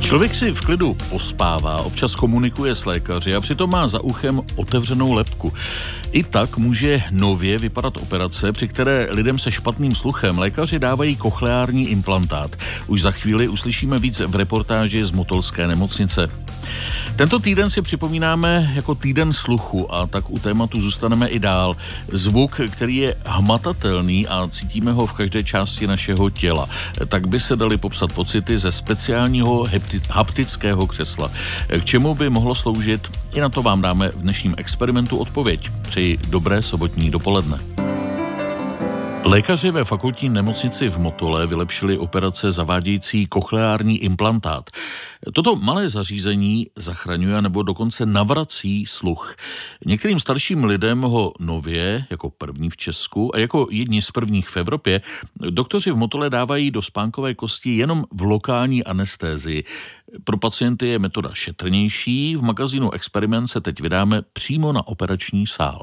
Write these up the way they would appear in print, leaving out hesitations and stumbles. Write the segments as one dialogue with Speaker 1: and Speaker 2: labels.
Speaker 1: Člověk si v klidu pospává, občas komunikuje s lékaři a přitom má za uchem otevřenou lebku. I tak může nově vypadat operace, při které lidem se špatným sluchem lékaři dávají kochleární implantát. Už za chvíli uslyšíme víc v reportáži z Motolské nemocnice. Tento týden si připomínáme jako týden sluchu a tak u tématu zůstaneme i dál. Zvuk, který je hmatatelný a cítíme ho v každé části našeho těla. Tak by se daly popsat pocity ze speciálního haptického křesla. K čemu by mohlo sloužit? I na to vám dáme v dnešním experimentu odpověď. Přeji dobré sobotní dopoledne. Lékaři ve fakultní nemocnici v Motole vylepšili operace zavádějící kochleární implantát. Toto malé zařízení zachraňuje nebo dokonce navrací sluch. Některým starším lidem ho nově, jako první v Česku a jako jedni z prvních v Evropě, doktoři v Motole dávají do spánkové kosti jenom v lokální anestézii. Pro pacienty je metoda šetrnější. V magazínu Experiment se teď vydáme přímo na operační sál.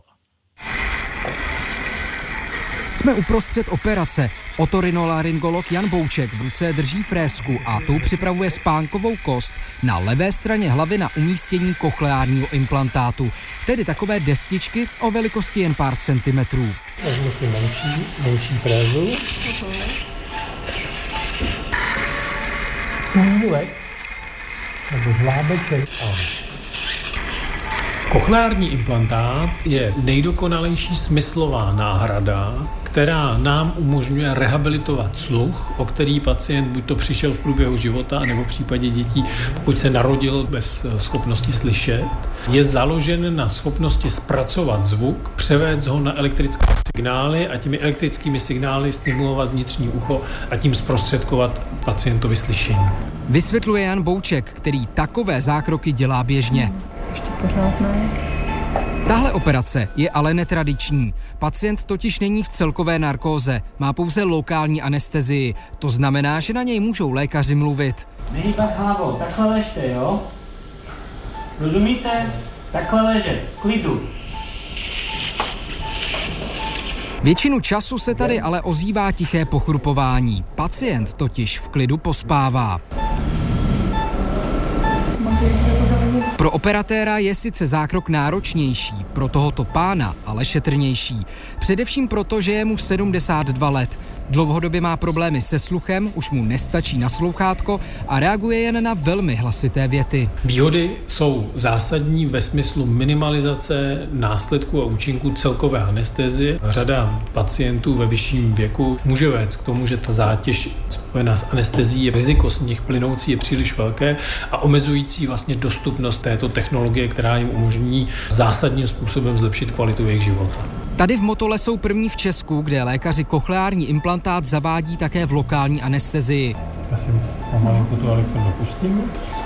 Speaker 2: Jsme uprostřed operace. Otorinolaryngolog Jan Bouček v ruce drží frésku a tou připravuje spánkovou kost na levé straně hlavy na umístění kochleárního implantátu, tedy takové destičky o velikosti jen pár centimetrů.
Speaker 3: Vezmu si menší frézu. Kůlek nebo žlábeček. Kochleární implantát je nejdokonalejší smyslová náhrada, která nám umožňuje rehabilitovat sluch, o který pacient buď to přišel v průběhu života, nebo v případě dětí, pokud se narodil bez schopnosti slyšet. Je založen na schopnosti zpracovat zvuk, převést ho na elektrické signály a těmi elektrickými signály stimulovat vnitřní ucho a tím zprostředkovat pacientovi slyšení.
Speaker 2: Vysvětluje Jan Bouček, který takové zákroky dělá běžně.
Speaker 4: Ještě pořád ne.
Speaker 2: Tahle operace je ale netradiční. Pacient totiž není v celkové narkóze, má pouze lokální anestezii. To znamená, že na něj můžou lékaři mluvit.
Speaker 5: Nehýbat hlavou, takhle ležte, jo? Rozumíte? Takhle ležet, v klidu.
Speaker 2: Většinu času se tady ale ozývá tiché pochrupování. Pacient totiž v klidu pospává. Pro operatéra je sice zákrok náročnější, pro tohoto pána ale šetrnější. Především proto, že je mu 72 let. Dlouhodobě má problémy se sluchem, už mu nestačí na slouchátko a reaguje jen na velmi hlasité věty.
Speaker 3: Výhody jsou zásadní ve smyslu minimalizace následků a účinků celkové anestezie. Řada pacientů ve vyšším věku může vést k tomu, že ta zátěž spojená s anestezií, riziko z nich plynoucí je příliš velké a omezující vlastně dostupnost této technologie, která jim umožní zásadním způsobem zlepšit kvalitu jejich života.
Speaker 2: Tady v Motole jsou první v Česku, kde lékaři kochleární implantát zavádí také v lokální anestezii.
Speaker 3: Já si pomalinku tu elektronu dopustím.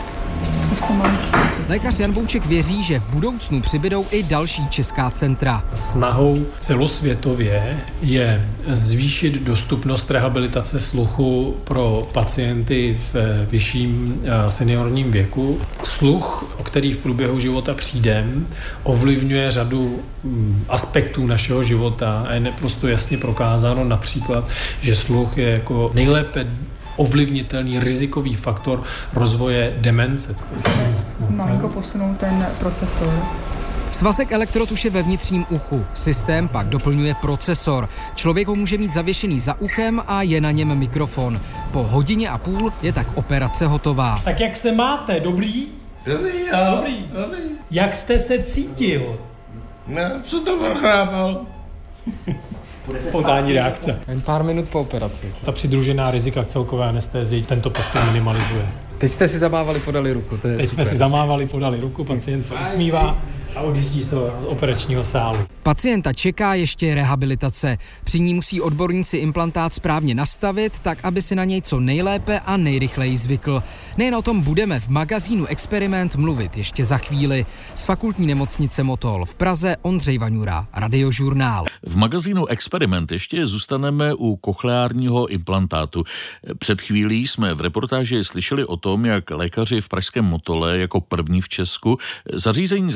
Speaker 2: Lékař Jan Bouček věří, že v budoucnu přibydou i další česká centra.
Speaker 3: Snahou celosvětově je zvýšit dostupnost rehabilitace sluchu pro pacienty v vyšším seniorním věku. Sluch, o který v průběhu života přijdeme, ovlivňuje řadu aspektů našeho života a je naprosto jasně prokázáno například, že sluch je jako nejlépe ovlivnitelný rizikový faktor rozvoje demence.
Speaker 4: Malinko posunou ten procesor.
Speaker 2: Svazek elektrod už je ve vnitřním uchu. Systém pak doplňuje procesor. Člověk ho může mít zavěšený za uchem a je na něm mikrofon. Po hodině a půl je tak operace hotová.
Speaker 3: Tak jak se máte? Dobrý?
Speaker 6: Dobrý.
Speaker 3: Jak jste se cítil?
Speaker 6: No, co to prochrápal?
Speaker 3: Spontánní reakce.
Speaker 7: Jen pár minut po operaci.
Speaker 3: Ta přidružená rizika k celkové anestezii tento postup minimalizuje.
Speaker 7: Teď jste si zamávali, podali ruku, to je
Speaker 3: Teď
Speaker 7: super.
Speaker 3: jsme si zamávali, podali ruku, pacient se usmívá a odjíždí se z operačního sálu.
Speaker 2: Pacienta čeká ještě rehabilitace. Při ní musí odborníci implantát správně nastavit, tak aby si na něj co nejlépe a nejrychleji zvykl. Nejen o tom budeme v magazínu Experiment mluvit ještě za chvíli. Z fakultní nemocnice Motol v Praze Ondřej Vaňura, Radiožurnál.
Speaker 1: V magazínu Experiment ještě zůstaneme u kochleárního implantátu. Před chvílí jsme v reportáži slyšeli o tom, jak lékaři v pražském Motole jako první v Česku zařízení zachraňující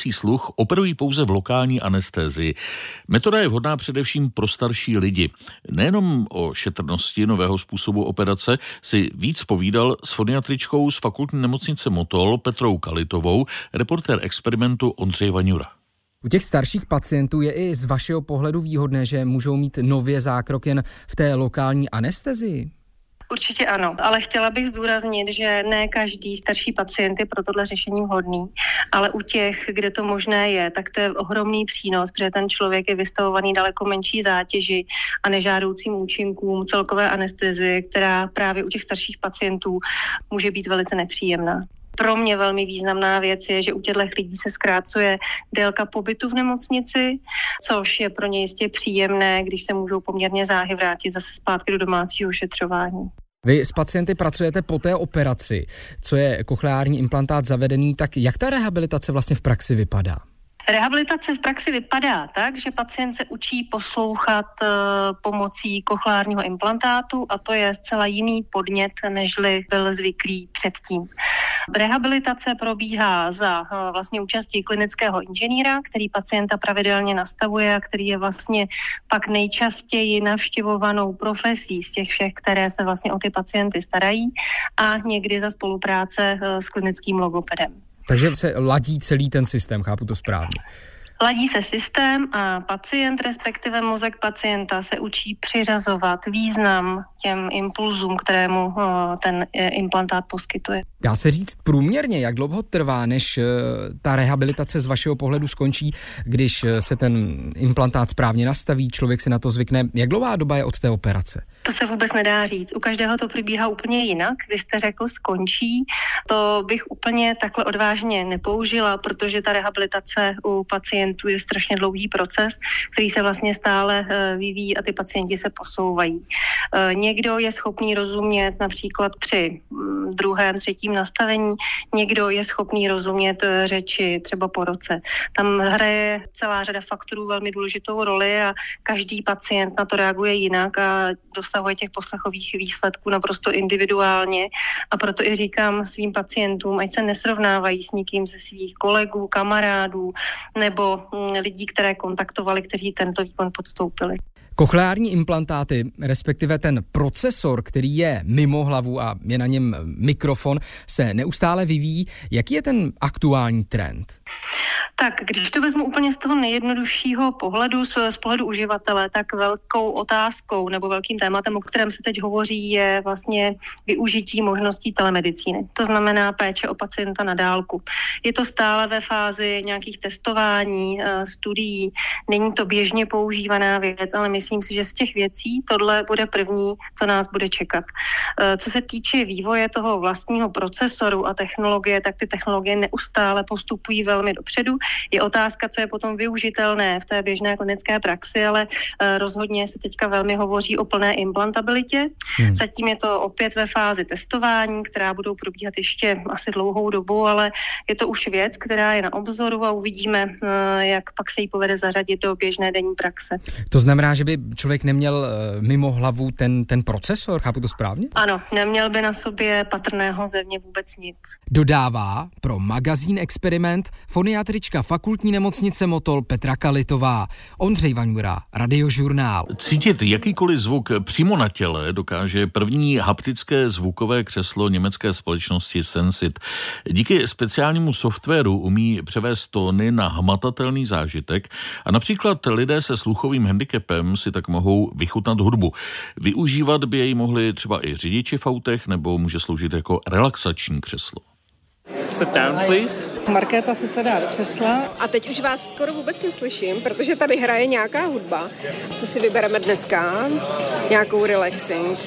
Speaker 1: ztrácející sluch operují pouze v lokální anestézii. Metoda je vhodná především pro starší lidi. Nejenom o šetrnosti nového způsobu operace si víc povídal s foniatričkou z fakultní nemocnice Motol Petrou Kalitovou reportér Experimentu Ondřej Vaňura.
Speaker 2: U těch starších pacientů je i z vašeho pohledu výhodné, že můžou mít nově zákrok jen v té lokální anestezii?
Speaker 8: Určitě ano, ale chtěla bych zdůraznit, že ne každý starší pacient je pro tohle řešení vhodný, ale u těch, kde to možné je, tak to je ohromný přínos, protože ten člověk je vystavovaný daleko menší zátěži a nežádoucím účinkům celkové anestezie, která právě u těch starších pacientů může být velice nepříjemná. Pro mě velmi významná věc je, že u těchto lidí se zkrácuje délka pobytu v nemocnici, což je pro ně jistě příjemné, když se můžou poměrně záhy vrátit zase zpátky do domácího ošetřování.
Speaker 2: Vy s pacienty pracujete po té operaci, co je kochleární implantát zavedený, tak jak ta rehabilitace vlastně v praxi vypadá?
Speaker 8: Rehabilitace v praxi vypadá tak, že pacient se učí poslouchat pomocí kochleárního implantátu a to je zcela jiný podnět, nežli byl zvyklý předtím. Rehabilitace probíhá za vlastně účastí klinického inženýra, který pacienta pravidelně nastavuje a který je vlastně pak nejčastěji navštěvovanou profesí z těch všech, které se vlastně o ty pacienty starají a někdy za spolupráce s klinickým logopedem.
Speaker 2: Takže se ladí celý ten systém, chápu to správně.
Speaker 8: Ladí se systém a pacient, respektive mozek pacienta se učí přiřazovat význam těm impulzům, kterému ten implantát poskytuje.
Speaker 2: Dá se říct průměrně, jak dlouho trvá, než ta rehabilitace z vašeho pohledu skončí, když se ten implantát správně nastaví, člověk si na to zvykne. Jak dlouhá doba je od té operace?
Speaker 8: To se vůbec nedá říct. U každého to probíhá úplně jinak. Vy jste řekl skončí. To bych úplně takhle odvážně nepoužila, protože ta rehabilitace u pacientů je strašně dlouhý proces, který se vlastně stále vyvíjí a ty pacienti se posouvají. Někdo je schopný rozumět například při druhém, třetím nastavení, někdo je schopný rozumět řeči třeba po roce. Tam hraje celá řada faktorů velmi důležitou roli a každý pacient na to reaguje jinak a dosahuje těch poslechových výsledků naprosto individuálně a proto i říkám svým pacientům, ať se nesrovnávají s nikým ze svých kolegů, kamarádů nebo lidí, které kontaktovali, kteří tento výkon podstoupili.
Speaker 2: Kochleární implantáty, respektive ten procesor, který je mimo hlavu a je na něm mikrofon, se neustále vyvíjí. Jaký je ten aktuální trend?
Speaker 8: Tak, když to vezmu úplně z toho nejjednoduššího pohledu, z pohledu uživatele, tak velkou otázkou nebo velkým tématem, o kterém se teď hovoří, je vlastně využití možností telemedicíny. To znamená péče o pacienta na dálku. Je to stále ve fázi nějakých testování, studií, není to běžně používaná věc, ale myslím si, že z těch věcí tohle bude první, co nás bude čekat. Co se týče vývoje toho vlastního procesoru a technologie, tak ty technologie neustále postupují velmi dopředu. Je otázka, co je potom využitelné v té běžné klinické praxi, ale rozhodně se teďka velmi hovoří o plné implantabilitě. Zatím je to opět ve fázi testování, která budou probíhat ještě asi dlouhou dobu, ale je to už věc, která je na obzoru a uvidíme, jak pak se jí povede zařadit do běžné denní praxe.
Speaker 2: To znamená, že by člověk neměl mimo hlavu ten procesor, chápu to správně?
Speaker 8: Ano, neměl by na sobě patrného zevně vůbec nic.
Speaker 2: Dodává pro magazín Experiment foniatrička fakultní nemocnice Motol Petra Kalitová. Ondřej Vaňura, Radiožurnál.
Speaker 1: Cítit jakýkoliv zvuk přímo na těle dokáže první haptické zvukové křeslo německé společnosti Sensit. Díky speciálnímu softwaru umí převést tóny na hmatatelný zážitek a například lidé se sluchovým handicapem si tak mohou vychutnat hudbu. Využívat by jej mohli třeba i řidiči v autech nebo může sloužit jako relaxační křeslo.
Speaker 9: Sit down, please.
Speaker 10: Markéta si sedá do křesla.
Speaker 11: A teď už vás skoro vůbec neslyším, protože tady hraje nějaká hudba. Co si vybereme dneska? Nějakou relaxing.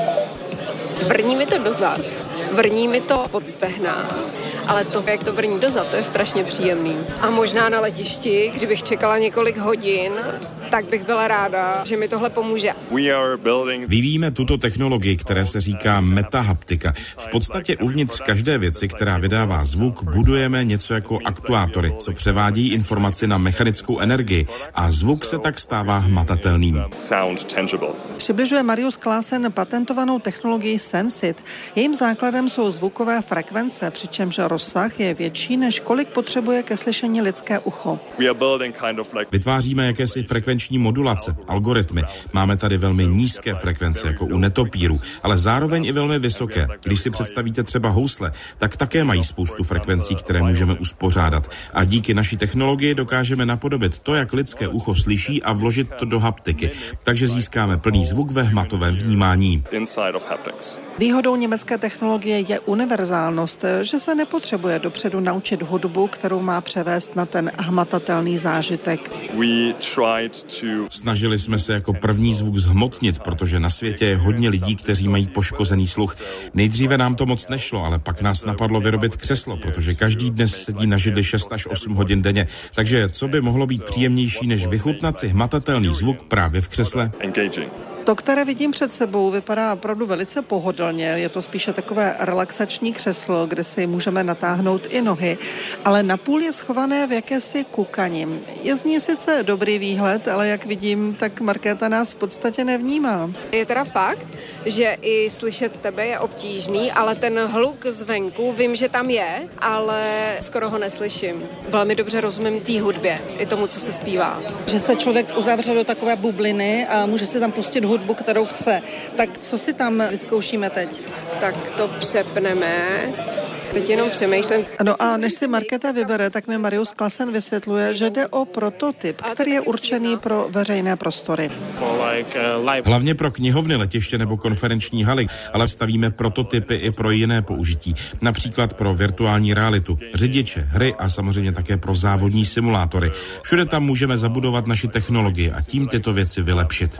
Speaker 11: Vrní mi to dozad, vrní mi to pod stehna, ale to, jak to vrní dozad, to je strašně příjemný. A možná na letišti, kdybych čekala několik hodin, tak bych byla ráda, že mi tohle pomůže.
Speaker 12: Vyvíjíme tuto technologii, které se říká metahaptika. V podstatě uvnitř každé věci, která vydává zvuk, budujeme něco jako aktuátory, co převádí informaci na mechanickou energii a zvuk se tak stává hmatatelným.
Speaker 10: Přibližuje Marius Klaassen patentovanou technologii Sensit. Jejím základem jsou zvukové frekvence, přičemž rozsah je větší, než kolik potřebuje ke slyšení lidské ucho.
Speaker 12: Vytváříme jakési frekvenční modulace, algoritmy. Máme tady velmi nízké frekvence, jako u netopírů, ale zároveň i velmi vysoké. Když si představíte třeba housle, tak také mají spoustu frekvencí, které můžeme uspořádat. A díky naší technologii dokážeme napodobit to, jak lidské ucho slyší a vložit to do haptiky. Takže získáme plný zvuk ve hmatovém vnímání.
Speaker 10: Výhodou německé technologie je univerzálnost, že se nepotřebuje dopředu naučit hudbu, kterou má převést na ten hmatatelný zážitek.
Speaker 12: Snažili jsme se jako první zvuk zhmotnit, protože na světě je hodně lidí, kteří mají poškozený sluch. Nejdříve nám to moc nešlo, ale pak nás napadlo vyrobit křeslo, protože každý dnes sedí na židli 6 až 8 hodin denně. Takže co by mohlo být příjemnější, než vychutnat si hmatatelný zvuk právě v křesle?
Speaker 10: To, které vidím před sebou, vypadá opravdu velice pohodlně. Je to spíše takové relaxační křeslo, kde si můžeme natáhnout i nohy, ale napůl je schované v jakési kukani. Je z ní sice dobrý výhled, ale jak vidím, tak Markéta nás v podstatě nevnímá.
Speaker 11: Je teda fakt, že i slyšet tebe je obtížný, ale ten hluk zvenku vím, že tam je, ale skoro ho neslyším. Velmi dobře rozumím té hudbě i tomu, co se zpívá.
Speaker 10: Že se člověk uzavře do takové bubliny a může si tam pustit hudbu, kterou chce. Tak co si tam vyzkoušíme teď?
Speaker 11: Tak to přepneme. Teď jenom přemýšlím.
Speaker 10: No a než si Markéta vybere, tak mi Marius Klassen vysvětluje, že jde o prototyp, který je určený pro veřejné prostory.
Speaker 12: Hlavně pro knihovny, letiště nebo konferenční haly, ale stavíme prototypy i pro jiné použití. Například pro virtuální realitu, řidiče, hry a samozřejmě také pro závodní simulátory. Všude tam můžeme zabudovat naši technologii a tím tyto věci vylepšit.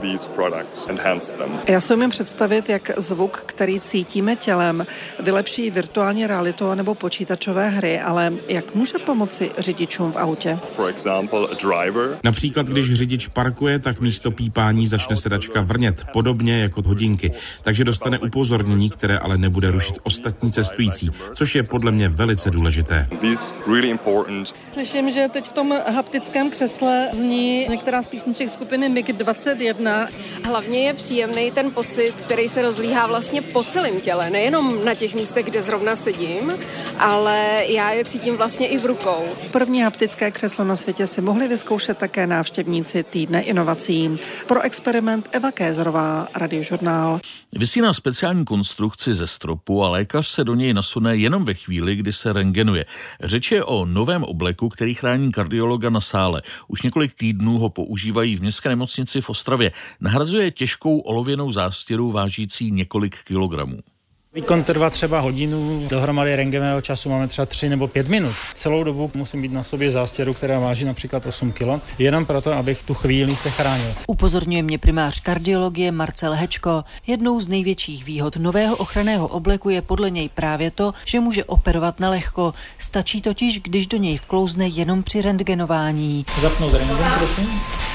Speaker 10: Já si umím představit, jak zvuk, který cítíme tělem, vylepší virtuální realitu nebo počítačové hry, ale jak může pomoci řidičům v autě?
Speaker 12: Například, když řidič parkuje, tak místo pípání začne sedačka vrnět, podobně jako hodinky, takže dostane upozornění, které ale nebude rušit ostatní cestující, což je podle mě velice důležité.
Speaker 10: Slyším, že teď v tom haptickém křesle zní některá z písniček skupiny MiG-21.
Speaker 11: Hlavně je příjemný ten pocit, který se rozlíhá vlastně po celém těle, nejenom na těch místech, kde zrovna sedím, ale já je cítím vlastně i v rukou.
Speaker 10: První haptické křeslo na světě si mohli vyzkoušet také návštěvníci Týdne inovací. Pro experiment Eva Kézerová, Radiožurnál.
Speaker 1: Visí na speciální konstrukci ze stropu a lékař se do něj nasune jenom ve chvíli, kdy se rentgenuje. Řeč je o novém obleku, který chrání kardiologa na sále. Už několik týdnů ho používají v městské nemocnici v Ostravě. Nahrazuje těžkou olověnou zástěru vážící několik kilogramů.
Speaker 13: Výkon trvá třeba hodinu, dohromady rentgenového času máme třeba 3 nebo 5 minut. Celou dobu musím být na sobě zástěru, která váží například 8 kg, jenom proto, abych tu chvíli se chránil.
Speaker 14: Upozorňuje mě primář kardiologie Marcel Hečko. Jednou z největších výhod nového ochranného obleku je podle něj právě to, že může operovat na lehko. Stačí totiž, když do něj vklouzne jenom při rentgenování.
Speaker 13: Zapnout rentgen, prosím.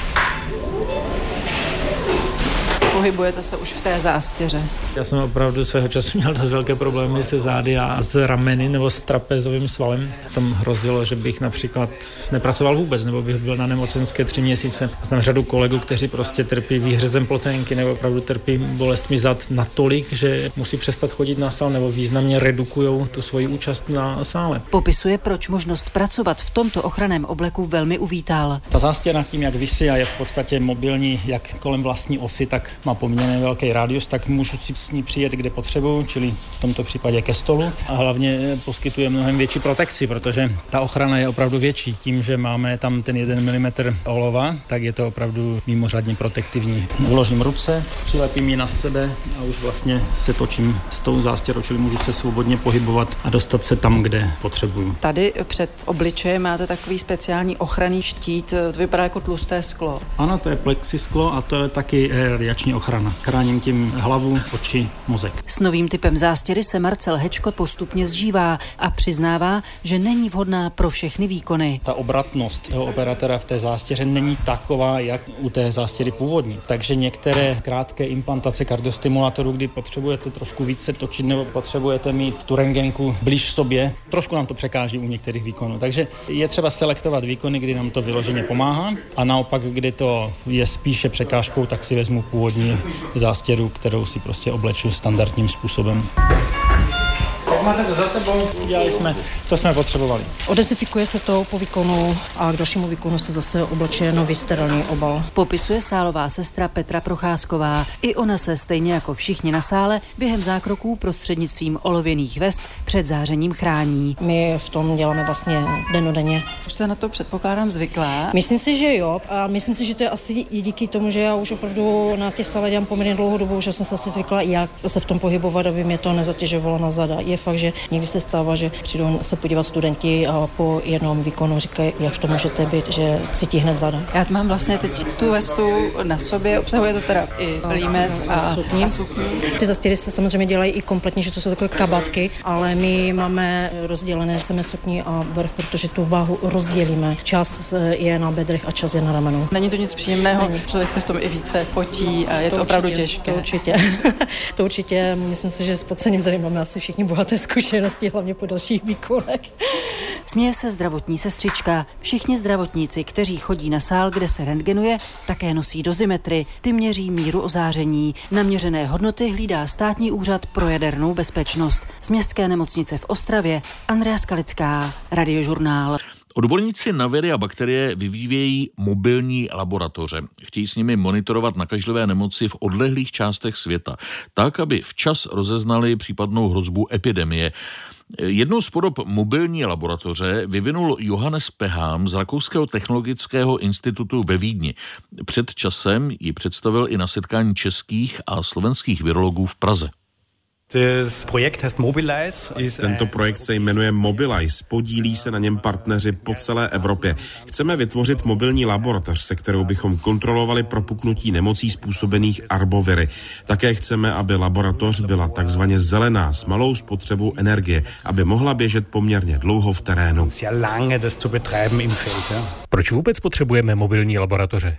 Speaker 14: Pohybujete se už v té zástěře.
Speaker 3: Já jsem opravdu svého času měl dost velké problémy se zády a s rameny nebo s trapezovým svalem. Tam hrozilo, že bych například nepracoval vůbec, nebo bych byl na nemocenské 3 měsíce. Znám řadu kolegů, kteří prostě trpí výhřezem ploténky nebo opravdu trpí bolestmi zad natolik, že musí přestat chodit na sál nebo významně redukují tu svoji účast na sále.
Speaker 14: Popisuje, proč možnost pracovat v tomto ochranném obleku velmi uvítal.
Speaker 3: Ta zástěra tím, jak visí a je v podstatě mobilní, jak kolem vlastní osy, tak má poměrně velký rádius, tak můžu si s ní přijet, kde potřebuju, čili v tomto případě ke stolu. A hlavně poskytuje mnohem větší protekci, protože ta ochrana je opravdu větší. Tím, že máme tam ten 1 mm olova, tak je to opravdu mimořádně protektivní. Vložím ruce, přilepím ji na sebe a už vlastně se točím s tou zástěrou, čili můžu se svobodně pohybovat a dostat se tam, kde potřebuju.
Speaker 14: Tady před obličejem máte takový speciální ochranný štít, to vypadá jako tlusté sklo.
Speaker 3: Ano, to je plexisklo a to je taky radiační ochrana. Chráním tím hlavu, oči, mozek.
Speaker 14: S novým typem zástěry se Marcel Hečko postupně zžívá a přiznává, že není vhodná pro všechny výkony.
Speaker 3: Ta obratnost toho operatora v té zástěře není taková, jak u té zástěry původní. Takže některé krátké implantace kardiostimulátorů, kdy potřebujete trošku více točit nebo potřebujete mít tu rentgenku blíž sobě, trošku nám to překáží u některých výkonů. Takže je třeba selektovat výkony, kdy nám to vyloženě pomáhá, a naopak, kdy to je spíše překážkou, tak si vezmu původní zástěru, kterou si prostě obleču standardním způsobem.
Speaker 13: Tak máte to za sebou, udělali jsme, co jsme potřebovali.
Speaker 15: Odezinfikuje se to po výkonu a k dalšímu výkonu se zase obleče nový sterilní obal.
Speaker 14: Popisuje sálová sestra Petra Procházková. I ona se stejně jako všichni na sále během zákroků prostřednictvím olověných vest před zářením chrání.
Speaker 15: My v tom děláme vlastně dennodenně.
Speaker 16: Už jste na to předpokládám zvyklá?
Speaker 15: Myslím si, že jo. A myslím si, že to je asi i díky tomu, že já už opravdu na té sále dělám poměrně dlouhou dobu, že jsem se asi zvykla, jak se v tom pohybovat, aby mě to nezatěžovalo na zada. Je fakt, že někdy se stává, že přijdou se podívat studenti a po jednom výkonu říkají, jak to můžete být, že cítí hned zada.
Speaker 16: Já mám vlastně teď tu vestu na sobě, obsahuje to teda i límec a sukni.
Speaker 15: Ty zastěry se samozřejmě dělají i kompletně, že to jsou takové kabátky, ale my máme rozdělené sukni a vrch, protože tu váhu rozdělíme. Čas je na bedrech a čas je na ramenu.
Speaker 16: Není to nic příjemného, člověk se v tom i více potí a je to opravdu těžké.
Speaker 15: To určitě. Myslím si, že s podcením tady máme asi všichni bohaté zkušenosti, hlavně po dalších výkonech.
Speaker 14: Směje se zdravotní sestřička. Všichni zdravotníci, kteří chodí na sál, kde se rentgenuje, také nosí dozimetry. Ty měří míru ozáření. Naměřené hodnoty hlídá Státní úřad pro jadernou bezpečnost. Z městské nemocnice v Ostravě Andrea Skalická, Radiožurnál.
Speaker 1: Odborníci na viry a bakterie vyvíjejí mobilní laboratoře. Chtějí s nimi monitorovat nakažlivé nemoci v odlehlých částech světa, tak, aby včas rozeznali případnou hrozbu epidemie. Jednou z podob mobilní laboratoře vyvinul Johannes Pehám z Rakouského technologického institutu ve Vídni. Před časem ji představil i na setkání českých a slovenských virologů v Praze.
Speaker 12: Tento projekt se jmenuje Mobilize. Podílí se na něm partneři po celé Evropě. Chceme vytvořit mobilní laboratoř, se kterou bychom kontrolovali propuknutí nemocí způsobených arboviry. Také chceme, aby laboratoř byla takzvaně zelená, s malou spotřebou energie, aby mohla běžet poměrně dlouho v terénu.
Speaker 17: Proč vůbec potřebujeme mobilní laboratoře?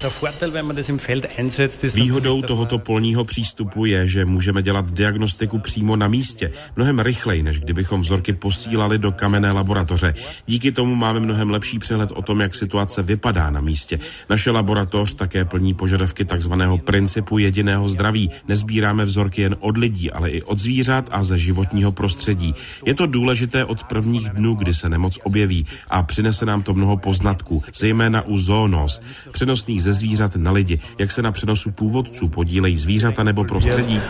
Speaker 12: Výhodou tohoto polního přístupu je, že můžeme dělat diagnostiku přímo na místě, mnohem rychleji, než kdybychom vzorky posílali do kamenné laboratoře. Díky tomu máme mnohem lepší přehled o tom, jak situace vypadá na místě. Naše laboratoř také plní požadavky takzvaného principu jediného zdraví. Nezbíráme vzorky jen od lidí, ale i od zvířat a ze životního prostředí. Je to důležité od prvních dnů, kdy se nemoc objeví a přinese nám to mnoho poznatků, zejména u zoonóz, přenosných ze zvířat na lidi, jak se na přenosu původců podílejí zvířata nebo prostředí.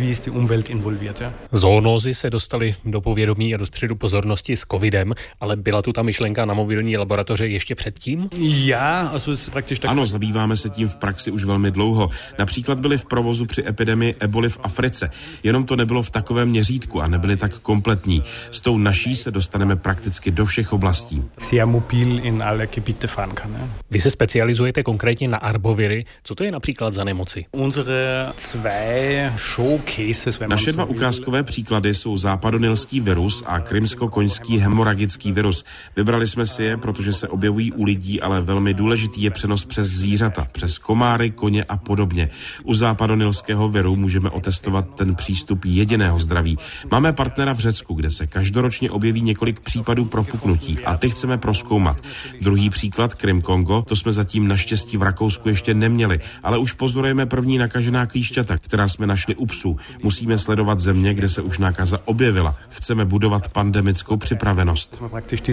Speaker 17: Zoonózy se dostaly do povědomí a do středu pozornosti s covidem, ale byla tu ta myšlenka na mobilní laboratoře ještě předtím?
Speaker 12: Ano, zabýváme se tím v praxi už velmi dlouho. Například byli v provozu při epidemii eboli v Africe. Jenom to nebylo v takovém měřítku a nebyli tak kompletní. S tou naší se dostaneme prakticky do všech oblastí.
Speaker 17: Vy se specializujete konkrétně na arboviry. Co to je například za nemoci?
Speaker 12: Naše dva ukázkové příklady jsou západonilský virus a krymsko-koňský hemoragický virus. Vybrali jsme si je, protože se objevují u lidí, ale velmi důležitý je přenos přes zvířata, přes komáry, koně a podobně. U západonilského viru můžeme otestovat ten přístup jediného zdraví. Máme partnera v Řecku, kde se každoročně objeví několik případů propuknutí a ty chceme prozkoumat. Druhý příklad, Krym-Kongo, to jsme zatím naštěstí v Rakousku ještě neměli, ale už pozorujeme první nakažená klíšťata, která jsme našli u psů. Musíme sledovat země, kde se už nákaza objevila. Chceme budovat pandemickou připravenost.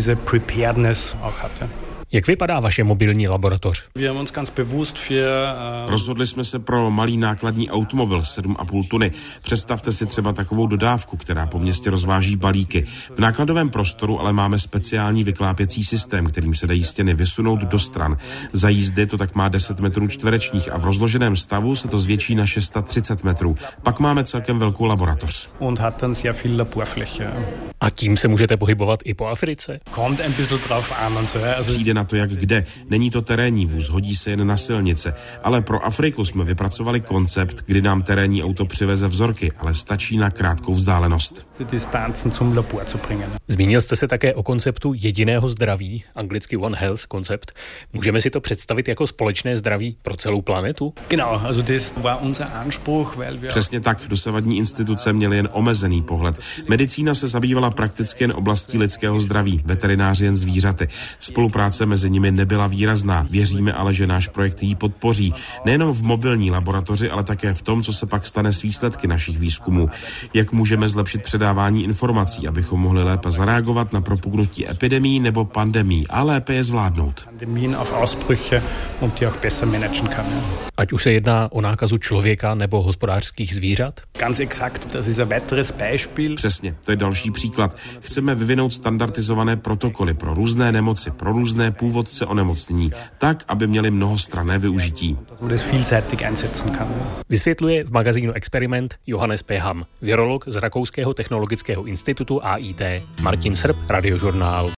Speaker 17: Jak vypadá vaše mobilní laboratoř?
Speaker 12: Rozhodli jsme se pro malý nákladní automobil 7,5 tuny. Představte si třeba takovou dodávku, která po městě rozváží balíky. V nákladovém prostoru ale máme speciální vyklápěcí systém, kterým se dají stěny vysunout do stran. Za jízdy to tak má 10 metrů čtverečních a v rozloženém stavu se to zvětší na 630 metrů. Pak máme celkem velkou laboratoř.
Speaker 17: A tím se můžete pohybovat i po Africe?
Speaker 12: Přijde na to, jak kde. Není to terénní vůz, hodí se jen na silnice. Ale pro Afriku jsme vypracovali koncept, kdy nám terénní auto přiveze vzorky, ale stačí na krátkou vzdálenost.
Speaker 17: Zmínil jste se také o konceptu jediného zdraví, anglicky One Health koncept. Můžeme si to představit jako společné zdraví pro celou planetu?
Speaker 12: Přesně tak, dosavadní instituce měly jen omezený pohled. Medicína se zabývala prakticky jen oblastí lidského zdraví, veterináři jen zvířaty. Spolupráce mezi nimi nebyla výrazná. Věříme ale, že náš projekt ji podpoří. Nejenom v mobilní laboratoři, ale také v tom, co se pak stane s výsledky našich výzkumů. Jak můžeme zlepšit předávání informací, abychom mohli lépe zareagovat na propuknutí epidemií nebo pandemií a lépe je zvládnout.
Speaker 17: Ať už se jedná o nákazu člověka nebo hospodářských zvířat?
Speaker 12: Přesně, to je další příklad. Chceme vyvinout standardizované protokoly pro různé nemoci, pro různé původce onemocnění, tak, aby měli mnohostranné využití.
Speaker 17: Vysvětluje v magazínu Experiment Johannes Peham, virolog z Rakouského technologického institutu AIT. Martin Srb, Radiožurnál.